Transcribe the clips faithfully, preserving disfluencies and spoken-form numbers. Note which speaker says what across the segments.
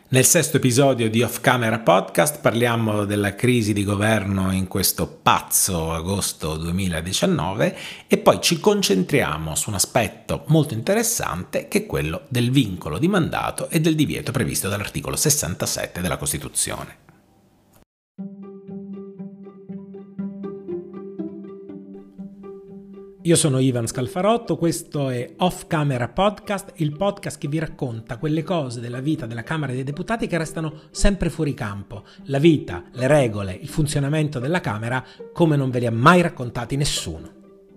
Speaker 1: Nel sesto episodio di Off Camera Podcast parliamo della crisi di governo in questo pazzo agosto duemiladiciannove e poi ci concentriamo su un aspetto molto interessante che è quello del vincolo di mandato e del divieto previsto dall'articolo sessantasette della Costituzione.
Speaker 2: Io sono Ivan Scalfarotto, questo è Off Camera Podcast, il podcast che vi racconta quelle cose della vita della Camera dei Deputati che restano sempre fuori campo. La vita, le regole, il funzionamento della Camera come non ve li ha mai raccontati nessuno.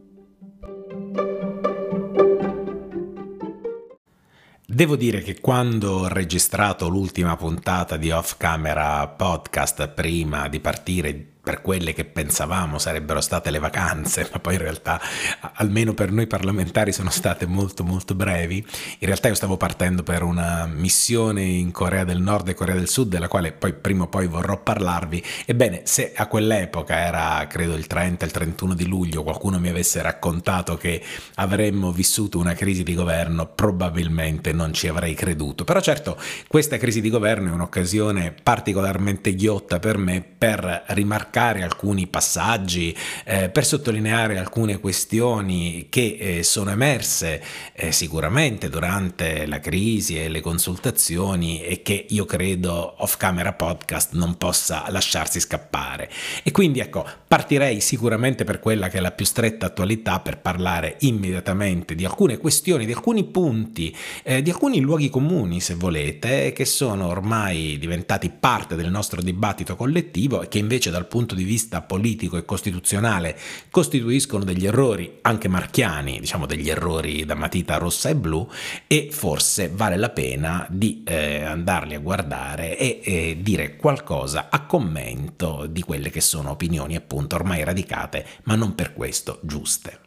Speaker 1: Devo dire che quando ho registrato l'ultima puntata di Off Camera Podcast prima di partire per quelle che pensavamo sarebbero state le vacanze, ma poi in realtà almeno per noi parlamentari sono state molto molto brevi. In realtà io stavo partendo per una missione in Corea del Nord e Corea del Sud, della quale poi prima o poi vorrò parlarvi. Ebbene, se a quell'epoca era credo il trenta, il trentuno di luglio, qualcuno mi avesse raccontato che avremmo vissuto una crisi di governo, probabilmente non ci avrei creduto. Però certo, questa crisi di governo è un'occasione particolarmente ghiotta per me per rimarcare alcuni passaggi, eh, per sottolineare alcune questioni che eh, sono emerse eh, sicuramente durante la crisi e le consultazioni e che io credo Off Camera Podcast non possa lasciarsi scappare. E quindi ecco, partirei sicuramente per quella che è la più stretta attualità per parlare immediatamente di alcune questioni, di alcuni punti, eh, di alcuni luoghi comuni se volete, che sono ormai diventati parte del nostro dibattito collettivo e che invece dal punto di vista politico e costituzionale costituiscono degli errori anche marchiani, diciamo degli errori da matita rossa e blu, e forse vale la pena di eh, andarli a guardare e eh, dire qualcosa a commento di quelle che sono opinioni appunto ormai radicate, ma non per questo giuste.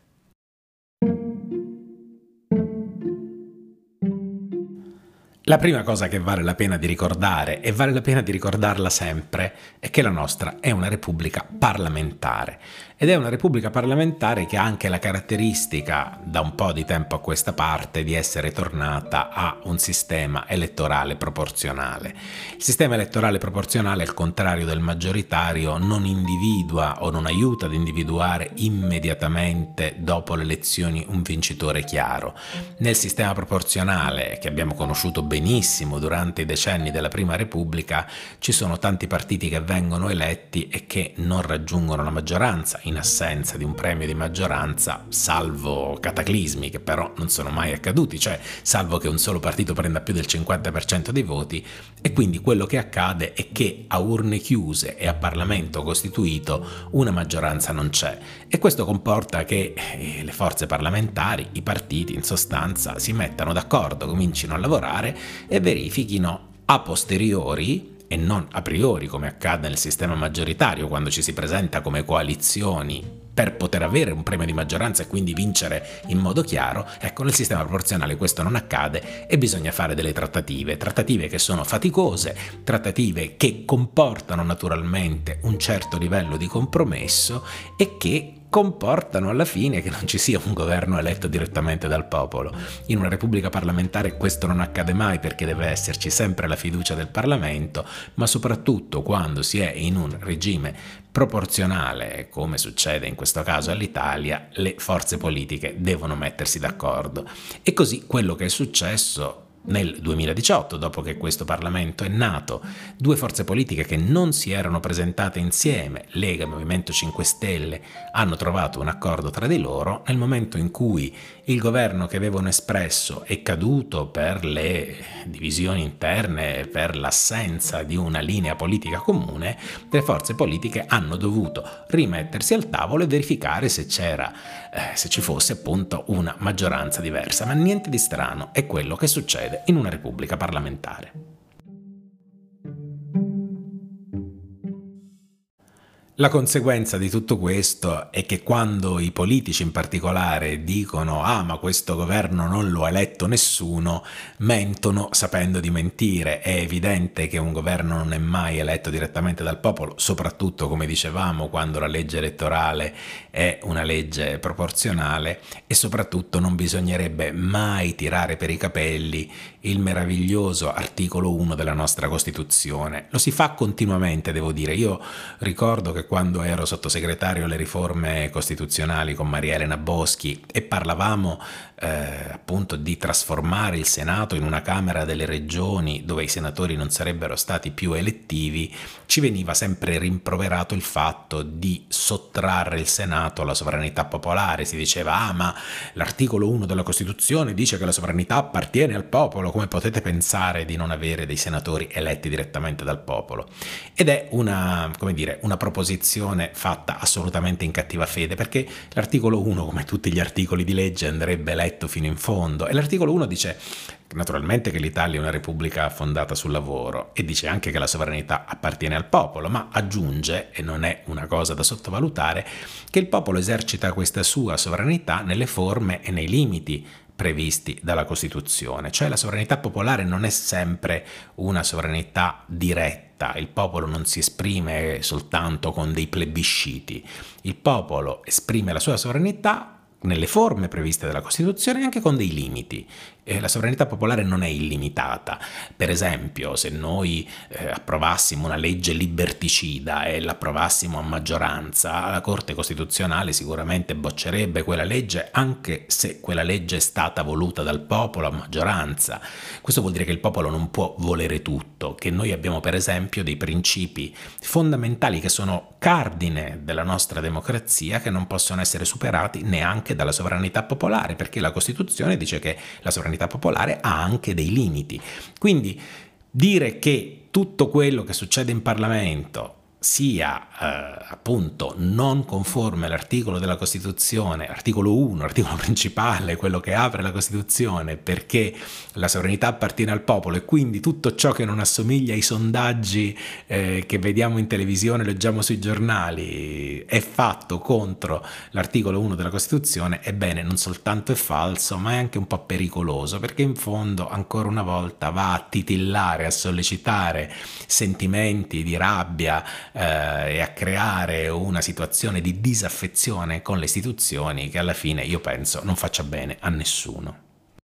Speaker 1: La prima cosa che vale la pena di ricordare, e vale la pena di ricordarla sempre, è che la nostra è una repubblica parlamentare. Ed è una repubblica parlamentare che ha anche la caratteristica, da un po' di tempo a questa parte, di essere tornata a un sistema elettorale proporzionale. Il sistema elettorale proporzionale, al contrario del maggioritario, non individua o non aiuta ad individuare immediatamente dopo le elezioni un vincitore chiaro. Nel sistema proporzionale, che abbiamo conosciuto benissimo durante i decenni della Prima Repubblica, ci sono tanti partiti che vengono eletti e che non raggiungono la maggioranza in assenza di un premio di maggioranza, salvo cataclismi che però non sono mai accaduti, cioè salvo che un solo partito prenda più del cinquanta per cento dei voti, e quindi quello che accade è che a urne chiuse e a Parlamento costituito una maggioranza non c'è, e questo comporta che le forze parlamentari, i partiti in sostanza, si mettano d'accordo, comincino a lavorare e verifichino a posteriori e non a priori, come accade nel sistema maggioritario, quando ci si presenta come coalizioni per poter avere un premio di maggioranza e quindi vincere in modo chiaro. Ecco, nel sistema proporzionale questo non accade e bisogna fare delle trattative, trattative che sono faticose, trattative che comportano naturalmente un certo livello di compromesso e che comportano alla fine che non ci sia un governo eletto direttamente dal popolo. In una repubblica parlamentare questo non accade mai, perché deve esserci sempre la fiducia del Parlamento, ma soprattutto quando si è in un regime proporzionale, come succede in questo caso all'Italia, le forze politiche devono mettersi d'accordo. E così quello che è successo nel duemiladiciotto, dopo che questo Parlamento è nato, due forze politiche che non si erano presentate insieme, Lega e Movimento cinque Stelle, hanno trovato un accordo tra di loro. Nel momento in cui il governo che avevano espresso è caduto per le divisioni interne, per l'assenza di una linea politica comune, le forze politiche hanno dovuto rimettersi al tavolo e verificare se c'era, eh, se ci fosse appunto una maggioranza diversa. Ma niente di strano, è quello che succede in una repubblica parlamentare. La conseguenza di tutto questo è che quando i politici in particolare dicono «Ah, ma questo governo non lo ha eletto nessuno», mentono sapendo di mentire. È evidente che un governo non è mai eletto direttamente dal popolo, soprattutto, come dicevamo, quando la legge elettorale è una legge proporzionale, e soprattutto non bisognerebbe mai tirare per i capelli il meraviglioso articolo uno della nostra Costituzione. Lo si fa continuamente, devo dire. Io ricordo che quando ero sottosegretario alle riforme costituzionali con Maria Elena Boschi e parlavamo eh, appunto di trasformare il Senato in una Camera delle Regioni dove i senatori non sarebbero stati più elettivi, ci veniva sempre rimproverato il fatto di sottrarre il Senato alla sovranità popolare. Si diceva «Ah, ma l'articolo uno della Costituzione dice che la sovranità appartiene al popolo, come potete pensare di non avere dei senatori eletti direttamente dal popolo?» Ed è una, come dire, una proposizione fatta assolutamente in cattiva fede, perché l'articolo uno, come tutti gli articoli di legge, andrebbe letto fino in fondo, e l'articolo uno dice naturalmente che l'Italia è una repubblica fondata sul lavoro, e dice anche che la sovranità appartiene al popolo, ma aggiunge, e non è una cosa da sottovalutare, che il popolo esercita questa sua sovranità nelle forme e nei limiti previsti dalla Costituzione. Cioè la sovranità popolare non è sempre una sovranità diretta, il popolo non si esprime soltanto con dei plebisciti, il popolo esprime la sua sovranità nelle forme previste dalla Costituzione e anche con dei limiti. E la sovranità popolare non è illimitata. Per esempio, se noi eh, approvassimo una legge liberticida e l'approvassimo a maggioranza, la Corte Costituzionale sicuramente boccerebbe quella legge, anche se quella legge è stata voluta dal popolo a maggioranza. Questo vuol dire che il popolo non può volere tutto, che noi abbiamo per esempio dei principi fondamentali che sono cardine della nostra democrazia, che non possono essere superati neanche dalla sovranità popolare, perché la Costituzione dice che la sovranità popolare ha anche dei limiti. Quindi dire che tutto quello che succede in Parlamento sia eh, appunto non conforme all'articolo della Costituzione, articolo uno, articolo principale, quello che apre la Costituzione, perché la sovranità appartiene al popolo, e quindi tutto ciò che non assomiglia ai sondaggi eh, che vediamo in televisione, leggiamo sui giornali, è fatto contro l'articolo uno della Costituzione, ebbene non soltanto è falso, ma è anche un po' pericoloso, perché in fondo ancora una volta va a titillare, a sollecitare sentimenti di rabbia Eh, e a creare una situazione di disaffezione con le istituzioni che alla fine, io penso, non faccia bene a nessuno.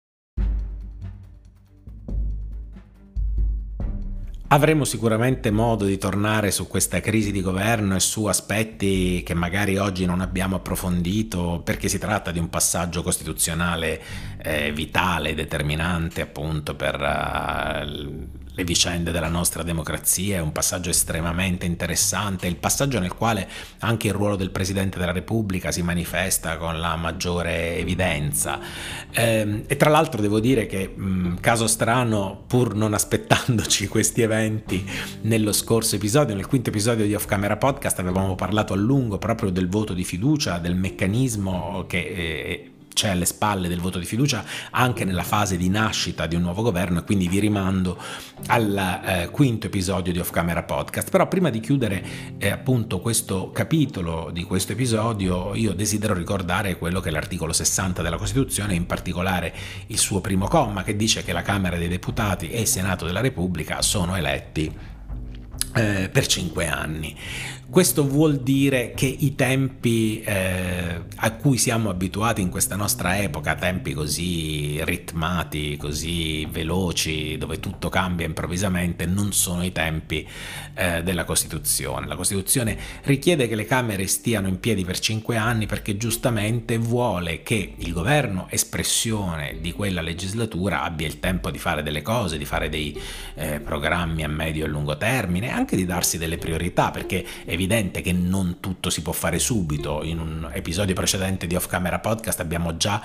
Speaker 1: Avremo sicuramente modo di tornare su questa crisi di governo e su aspetti che magari oggi non abbiamo approfondito, perché si tratta di un passaggio costituzionale eh, vitale, determinante appunto per uh, le vicende della nostra democrazia. È un passaggio estremamente interessante, il passaggio nel quale anche il ruolo del Presidente della Repubblica si manifesta con la maggiore evidenza. Eh, e tra l'altro devo dire che, mh, caso strano, pur non aspettandoci questi eventi, nello scorso episodio, nel quinto episodio di Off Camera Podcast, avevamo parlato a lungo proprio del voto di fiducia, del meccanismo che eh, c'è alle spalle del voto di fiducia anche nella fase di nascita di un nuovo governo, e quindi vi rimando al eh, quinto episodio di Off Camera Podcast. Però prima di chiudere eh, appunto questo capitolo di questo episodio, io desidero ricordare quello che è l'articolo sessanta della Costituzione, in particolare il suo primo comma, che dice che la Camera dei Deputati e il Senato della Repubblica sono eletti eh, per cinque anni. Questo vuol dire che i tempi eh, a cui siamo abituati in questa nostra epoca, tempi così ritmati, così veloci, dove tutto cambia improvvisamente, non sono i tempi eh, della Costituzione. La Costituzione richiede che le Camere stiano in piedi per cinque anni perché giustamente vuole che il governo, espressione di quella legislatura, abbia il tempo di fare delle cose, di fare dei eh, programmi a medio e lungo termine, anche di darsi delle priorità, perché è evidente che non tutto si può fare subito. In un episodio precedente di Off Camera Podcast abbiamo già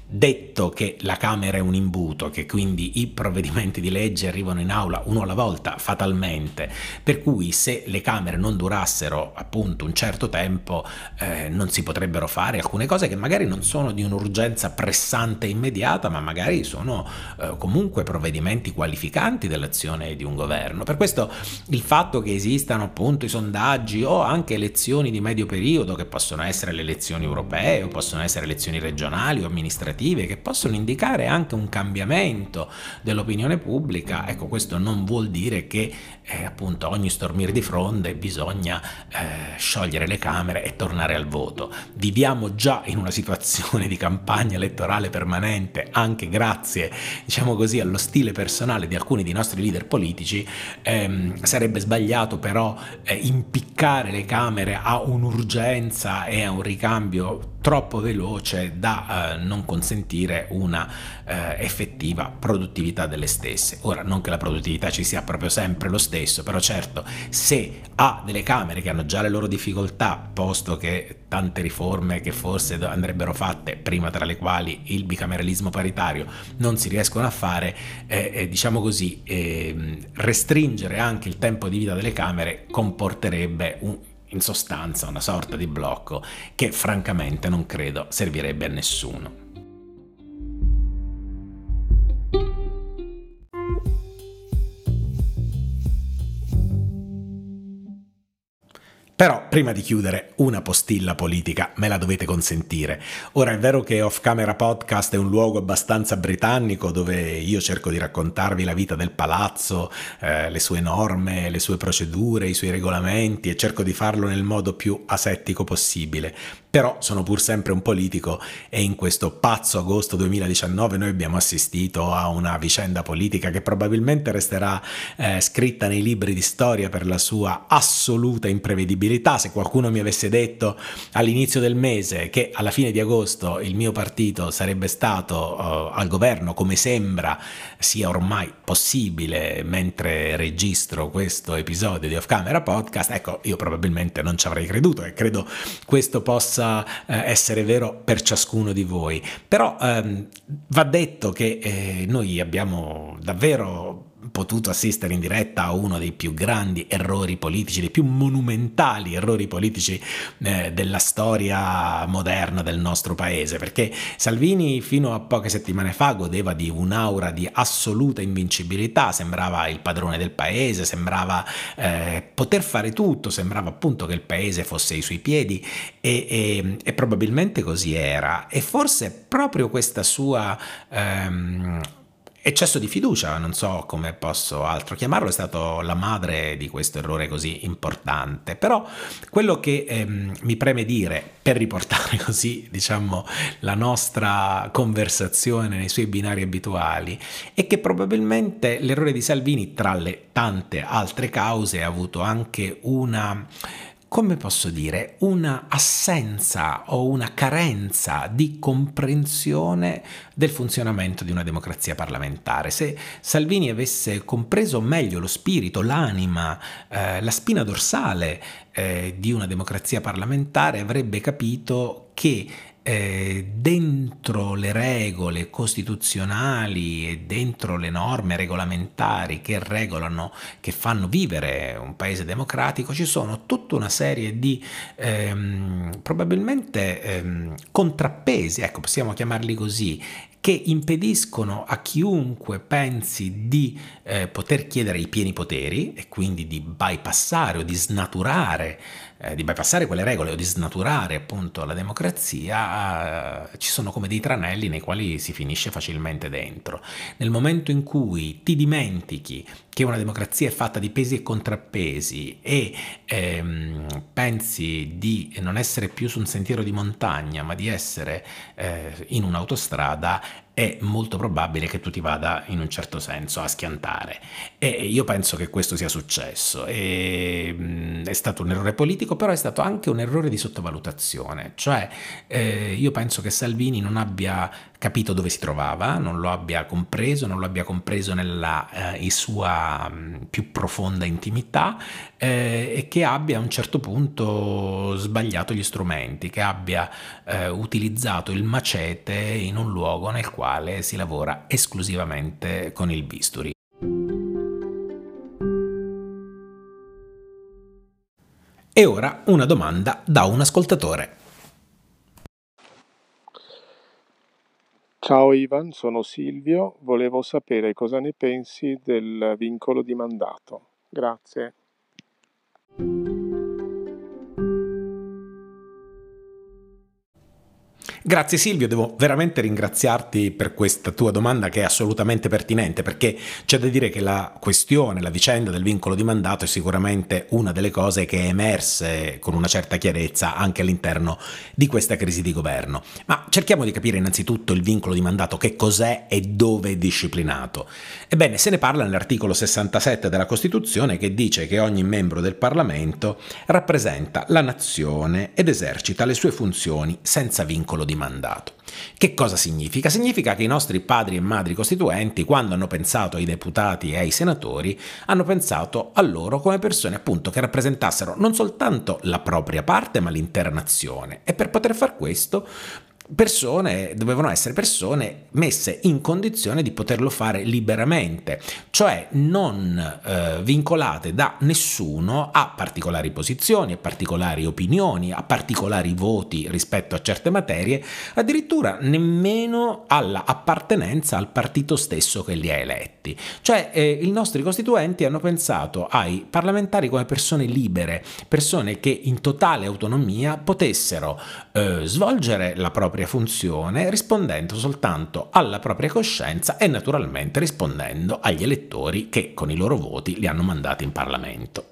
Speaker 1: detto che la Camera è un imbuto, che quindi i provvedimenti di legge arrivano in aula uno alla volta fatalmente, per cui se le Camere non durassero appunto un certo tempo eh, non si potrebbero fare alcune cose che magari non sono di un'urgenza pressante e immediata, ma magari sono eh, comunque provvedimenti qualificanti dell'azione di un governo. Per questo il fatto che esistano appunto i sondaggi o anche elezioni di medio periodo, che possono essere le elezioni europee o possono essere elezioni regionali o amministrative, che possono indicare anche un cambiamento dell'opinione pubblica, ecco, questo non vuol dire che eh, appunto ogni stormir di fronde bisogna eh, sciogliere le Camere e tornare al voto. Viviamo già in una situazione di campagna elettorale permanente, anche grazie, diciamo così, allo stile personale di alcuni dei nostri leader politici. Ehm, sarebbe sbagliato però eh, impiccare le Camere a un'urgenza e a un ricambio troppo veloce da eh, non consentire una eh, effettiva produttività delle stesse. Ora, non che la produttività ci sia proprio sempre lo stesso, però certo, se ha delle Camere che hanno già le loro difficoltà, posto che tante riforme che forse andrebbero fatte, prima tra le quali il bicameralismo paritario, non si riescono a fare, eh, eh, diciamo così, eh, restringere anche il tempo di vita delle Camere comporterebbe un in sostanza una sorta di blocco che francamente non credo servirebbe a nessuno. Però prima di chiudere una postilla politica me la dovete consentire. Ora è vero che Off Camera Podcast è un luogo abbastanza britannico dove io cerco di raccontarvi la vita del palazzo, eh, le sue norme, le sue procedure, i suoi regolamenti, e cerco di farlo nel modo più asettico possibile. Però sono pur sempre un politico e in questo pazzo agosto duemiladiciannove noi abbiamo assistito a una vicenda politica che probabilmente resterà eh, scritta nei libri di storia per la sua assoluta imprevedibilità. Se qualcuno mi avesse detto all'inizio del mese che alla fine di agosto il mio partito sarebbe stato uh, al governo, come sembra sia ormai possibile mentre registro questo episodio di Off Camera Podcast, ecco, io probabilmente non ci avrei creduto, e credo questo possa essere vero per ciascuno di voi. Però ehm, va detto che eh, noi abbiamo davvero potuto assistere in diretta a uno dei più grandi errori politici, dei più monumentali errori politici eh, della storia moderna del nostro paese, perché Salvini fino a poche settimane fa godeva di un'aura di assoluta invincibilità, sembrava il padrone del paese, sembrava eh, poter fare tutto, sembrava appunto che il paese fosse ai suoi piedi, e, e, e probabilmente così era, e forse proprio questa sua ehm, eccesso di fiducia, non so come posso altro chiamarlo, è stato la madre di questo errore così importante. Però quello che ehm, mi preme dire, per riportare così, diciamo, la nostra conversazione nei suoi binari abituali, è che probabilmente l'errore di Salvini, tra le tante altre cause, ha avuto anche una, come posso dire, una assenza o una carenza di comprensione del funzionamento di una democrazia parlamentare. Se Salvini avesse compreso meglio lo spirito, l'anima, eh, la spina dorsale eh, di una democrazia parlamentare, avrebbe capito che Eh, dentro le regole costituzionali e dentro le norme regolamentari che regolano, che fanno vivere un paese democratico, ci sono tutta una serie di ehm, probabilmente ehm, contrappesi, ecco, possiamo chiamarli così, che impediscono a chiunque pensi di eh, poter chiedere i pieni poteri e quindi di bypassare o di snaturare, eh, di bypassare quelle regole o di snaturare appunto la democrazia. Eh, ci sono come dei tranelli nei quali si finisce facilmente dentro. Nel momento in cui ti dimentichi che una democrazia è fatta di pesi e contrappesi e ehm, pensi di non essere più su un sentiero di montagna, ma di essere eh, in un'autostrada, è molto probabile che tu ti vada in un certo senso a schiantare. E io penso che questo sia successo. E, mh, è stato un errore politico, però è stato anche un errore di sottovalutazione. Cioè, eh, io penso che Salvini non abbia capito dove si trovava, non lo abbia compreso, non lo abbia compreso nella eh, sua mh, più profonda intimità, eh, e che abbia a un certo punto sbagliato gli strumenti, che abbia eh, utilizzato il macete in un luogo nel quale si lavora esclusivamente con il bisturi. E ora una domanda da un ascoltatore.
Speaker 3: Ciao Ivan, sono Silvio, volevo sapere cosa ne pensi del vincolo di mandato. Grazie.
Speaker 1: Grazie Silvio, devo veramente ringraziarti per questa tua domanda che è assolutamente pertinente, perché c'è da dire che la questione, la vicenda del vincolo di mandato è sicuramente una delle cose che è emerse con una certa chiarezza anche all'interno di questa crisi di governo. Ma cerchiamo di capire innanzitutto il vincolo di mandato, che cos'è e dove è disciplinato. Ebbene, se ne parla nell'articolo sessantasette della Costituzione, che dice che ogni membro del Parlamento rappresenta la nazione ed esercita le sue funzioni senza vincolo di mandato. Che cosa significa? Significa che i nostri padri e madri costituenti, quando hanno pensato ai deputati e ai senatori, hanno pensato a loro come persone appunto che rappresentassero non soltanto la propria parte ma l'intera nazione, e per poter far questo persone dovevano essere persone messe in condizione di poterlo fare liberamente, cioè non eh, vincolate da nessuno a particolari posizioni, a particolari opinioni, a particolari voti rispetto a certe materie, addirittura nemmeno alla appartenenza al partito stesso che li ha eletti. Cioè eh, i nostri costituenti hanno pensato ai parlamentari come persone libere, persone che in totale autonomia potessero eh, svolgere la propria funzione rispondendo soltanto alla propria coscienza e naturalmente rispondendo agli elettori che con i loro voti li hanno mandati in Parlamento.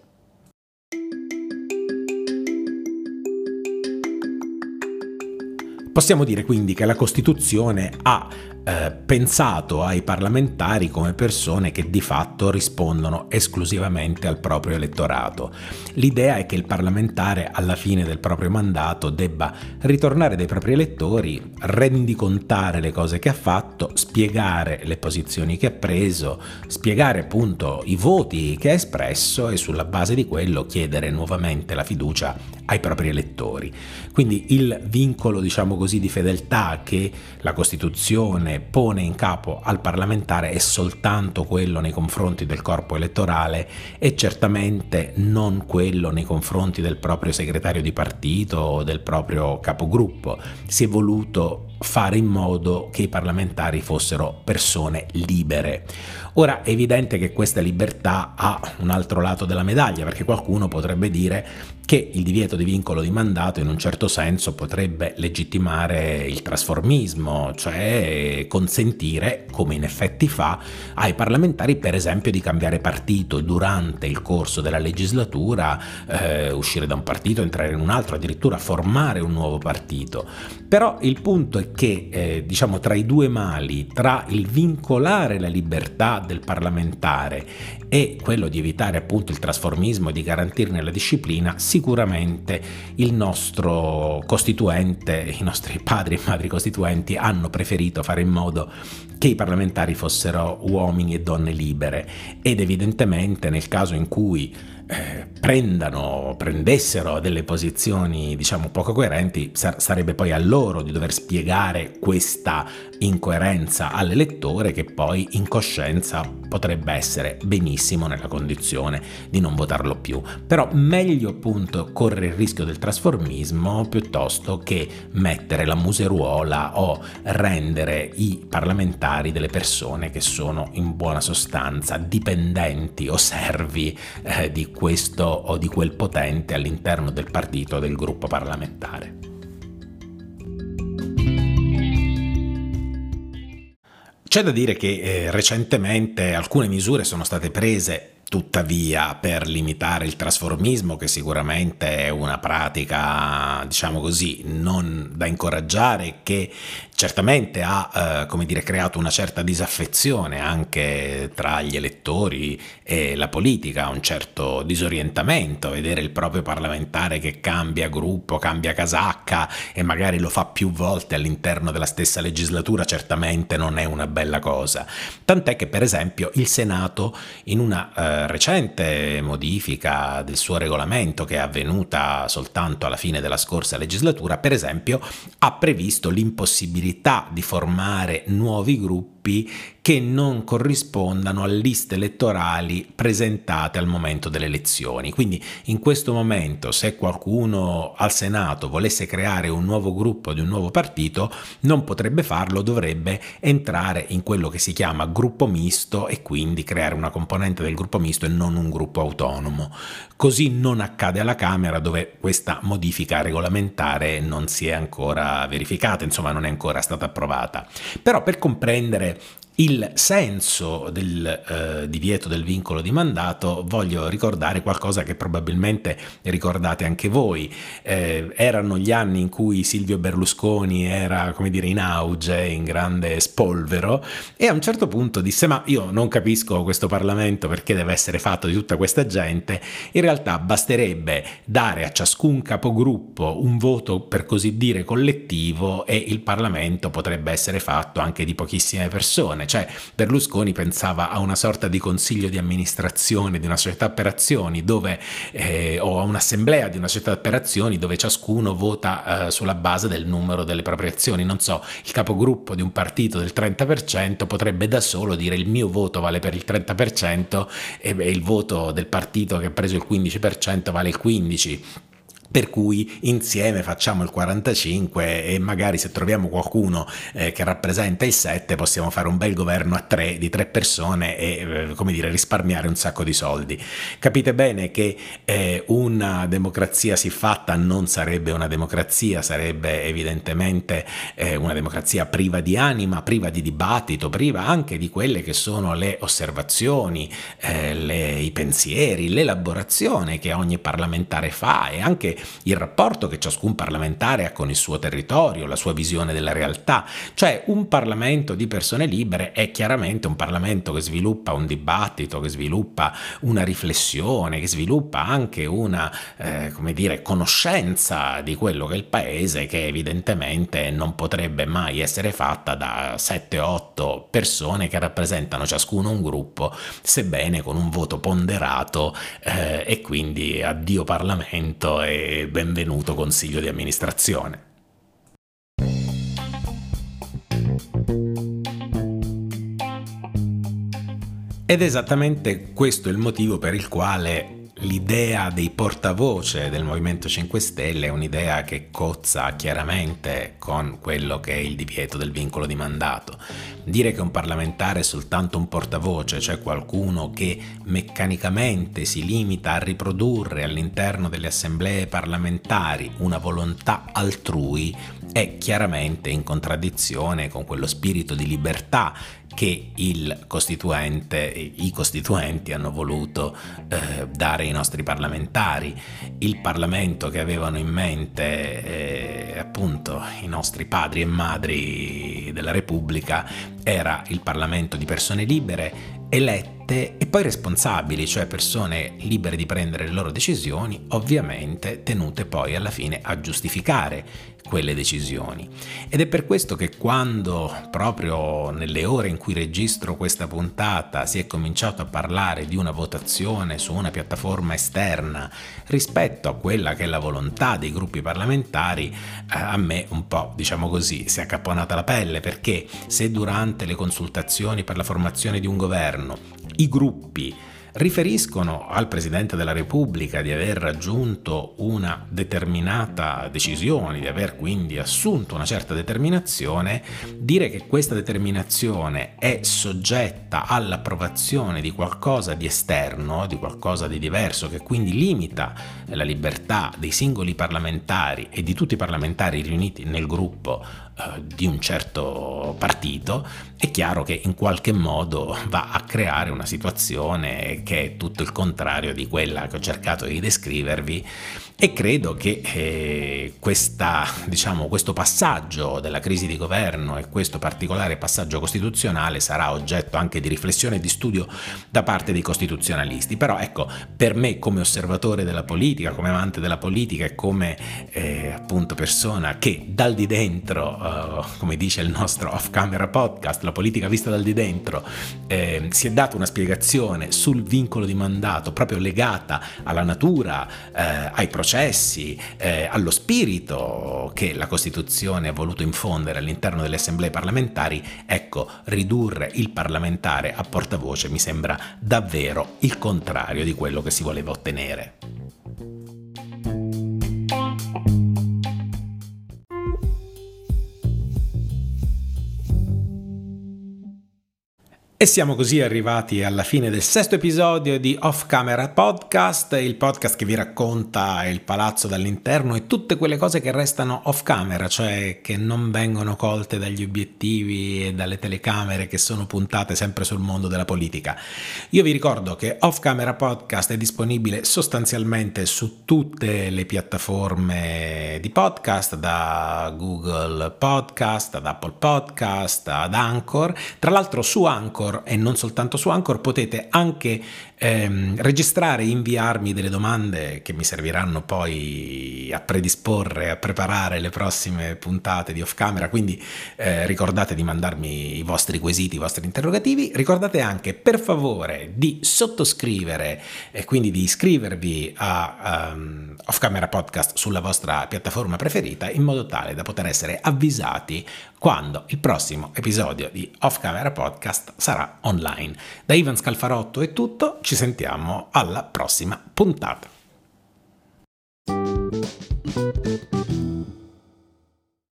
Speaker 1: Possiamo dire quindi che la Costituzione ha eh, pensato ai parlamentari come persone che di fatto rispondono esclusivamente al proprio elettorato. L'idea è che il parlamentare alla fine del proprio mandato debba ritornare dai propri elettori, rendicontare le cose che ha fatto, spiegare le posizioni che ha preso, spiegare appunto i voti che ha espresso e sulla base di quello chiedere nuovamente la fiducia ai propri elettori. Quindi il vincolo, diciamo così, di fedeltà che la Costituzione pone in capo al parlamentare è soltanto quello nei confronti del corpo elettorale e certamente non quello nei confronti del proprio segretario di partito o del proprio capogruppo. Si è voluto fare in modo che i parlamentari fossero persone libere. Ora è evidente che questa libertà ha un altro lato della medaglia, perché qualcuno potrebbe dire che il divieto di vincolo di mandato in un certo senso potrebbe legittimare il trasformismo, cioè consentire, come in effetti fa, ai parlamentari per esempio di cambiare partito durante il corso della legislatura, eh, uscire da un partito, entrare in un altro, addirittura formare un nuovo partito. Però il punto è che eh, diciamo tra i due mali, tra il vincolare la libertà del parlamentare e quello di evitare appunto il trasformismo e di garantirne la disciplina, sicuramente il nostro costituente, i nostri padri e madri costituenti hanno preferito fare in modo che i parlamentari fossero uomini e donne libere, ed evidentemente nel caso in cui eh, prendano, prendessero delle posizioni diciamo poco coerenti, sar- sarebbe poi a loro di dover spiegare questa incoerenza all'elettore, che poi in coscienza potrebbe essere benissimo nella condizione di non votarlo più. Però meglio appunto correre il rischio del trasformismo piuttosto che mettere la museruola o rendere i parlamentari delle persone che sono in buona sostanza dipendenti o servi eh, di questo o di quel potente all'interno del partito o del gruppo parlamentare. C'è da dire che eh, recentemente alcune misure sono state prese tuttavia per limitare il trasformismo, che sicuramente è una pratica, diciamo così, non da incoraggiare, che Certamente ha, eh, come dire, creato una certa disaffezione anche tra gli elettori e la politica, un certo disorientamento, vedere il proprio parlamentare che cambia gruppo, cambia casacca e magari lo fa più volte all'interno della stessa legislatura, certamente non è una bella cosa. Tant'è che, per esempio, il Senato, in una eh, recente modifica del suo regolamento che è avvenuta soltanto alla fine della scorsa legislatura, per esempio, ha previsto l'impossibilità di formare nuovi gruppi che non corrispondano a liste elettorali presentate al momento delle elezioni. Quindi in questo momento, se qualcuno al Senato volesse creare un nuovo gruppo di un nuovo partito, non potrebbe farlo, dovrebbe entrare in quello che si chiama gruppo misto e quindi creare una componente del gruppo misto e non un gruppo autonomo. Così non accade alla Camera, dove questa modifica regolamentare non si è ancora verificata, insomma non è ancora stata approvata. Però per comprendere il senso del eh, divieto del vincolo di mandato voglio ricordare qualcosa che probabilmente ricordate anche voi. Eh, erano gli anni in cui Silvio Berlusconi era, come dire, in auge, in grande spolvero, e a un certo punto disse: ma io non capisco questo Parlamento, perché deve essere fatto di tutta questa gente. In realtà basterebbe dare a ciascun capogruppo un voto, per così dire, collettivo, e il Parlamento potrebbe essere fatto anche di pochissime persone. Cioè Berlusconi pensava a una sorta di consiglio di amministrazione di una società per azioni dove eh, o a un'assemblea di una società per azioni dove ciascuno vota eh, sulla base del numero delle proprie azioni. Non so, il capogruppo di un partito del trenta per cento potrebbe da solo dire: il mio voto vale per il trenta per cento e il voto del partito che ha preso il quindici per cento vale il quindici per cento. Per cui insieme facciamo il quarantacinque e magari se troviamo qualcuno eh, che rappresenta il sette possiamo fare un bel governo a tre, di tre persone e eh, come dire risparmiare un sacco di soldi. Capite bene che eh, una democrazia siffatta non sarebbe una democrazia, sarebbe evidentemente eh, una democrazia priva di anima, priva di dibattito, priva anche di quelle che sono le osservazioni, eh, le, i pensieri, l'elaborazione che ogni parlamentare fa e anche il rapporto che ciascun parlamentare ha con il suo territorio, la sua visione della realtà. Cioè un Parlamento di persone libere è chiaramente un Parlamento che sviluppa un dibattito, che sviluppa una riflessione, che sviluppa anche una eh, come dire, conoscenza di quello che è il paese, che evidentemente non potrebbe mai essere fatta da sette otto persone che rappresentano ciascuno un gruppo, sebbene con un voto ponderato, eh, e quindi addio Parlamento e benvenuto consiglio di amministrazione. Ed è esattamente questo il motivo per il quale l'idea dei portavoce del Movimento cinque Stelle è un'idea che cozza chiaramente con quello che è il divieto del vincolo di mandato. Dire che un parlamentare è soltanto un portavoce, cioè qualcuno che meccanicamente si limita a riprodurre all'interno delle assemblee parlamentari una volontà altrui, è chiaramente in contraddizione con quello spirito di libertà che il costituente, i costituenti hanno voluto eh, dare ai nostri parlamentari. Il Parlamento che avevano in mente eh, appunto i nostri padri e madri della Repubblica era il Parlamento di persone libere, elette e poi responsabili, cioè persone libere di prendere le loro decisioni, ovviamente tenute poi alla fine a giustificare quelle decisioni. Ed è per questo che quando, proprio nelle ore in cui registro questa puntata, si è cominciato a parlare di una votazione su una piattaforma esterna rispetto a quella che è la volontà dei gruppi parlamentari, eh, a me un po', diciamo così, si è accapponata la pelle, perché se durante le consultazioni per la formazione di un governo i gruppi riferiscono al Presidente della Repubblica di aver raggiunto una determinata decisione, di aver quindi assunto una certa determinazione, dire che questa determinazione è soggetta all'approvazione di qualcosa di esterno, di qualcosa di diverso, che quindi limita la libertà dei singoli parlamentari e di tutti i parlamentari riuniti nel gruppo eh, di un certo partito, è chiaro che in qualche modo va a creare una situazione che è tutto il contrario di quella che ho cercato di descrivervi, e credo che eh, questa, diciamo, questo passaggio della crisi di governo e questo particolare passaggio costituzionale sarà oggetto anche di riflessione e di studio da parte dei costituzionalisti. Però ecco, per me come osservatore della politica, come amante della politica e come eh, appunto persona che dal di dentro, uh, come dice il nostro Off Camera Podcast, la politica vista dal di dentro, eh, si è dato una spiegazione sul vincolo di mandato proprio legata alla natura, eh, ai processi, eh, allo spirito che la Costituzione ha voluto infondere all'interno delle assemblee parlamentari. Ecco, ridurre il parlamentare a portavoce mi sembra davvero il contrario di quello che si voleva ottenere. E siamo così arrivati alla fine del sesto episodio di Off Camera Podcast, il podcast che vi racconta il palazzo dall'interno e tutte quelle cose che restano off camera, cioè che non vengono colte dagli obiettivi e dalle telecamere che sono puntate sempre sul mondo della politica. Io vi ricordo che Off Camera Podcast è disponibile sostanzialmente su tutte le piattaforme di podcast, da Google Podcast, ad Apple Podcast, ad Anchor. Tra l'altro su Anchor, e non soltanto su Anchor, potete anche ehm, registrare e inviarmi delle domande che mi serviranno poi a predisporre, a preparare le prossime puntate di Off Camera, quindi eh, ricordate di mandarmi i vostri quesiti, i vostri interrogativi. Ricordate anche, per favore, di sottoscrivere e quindi di iscrivervi a um, Off Camera Podcast sulla vostra piattaforma preferita, in modo tale da poter essere avvisati quando il prossimo episodio di Off Camera Podcast sarà online. Da Ivan Scalfarotto è tutto, ci sentiamo alla prossima puntata.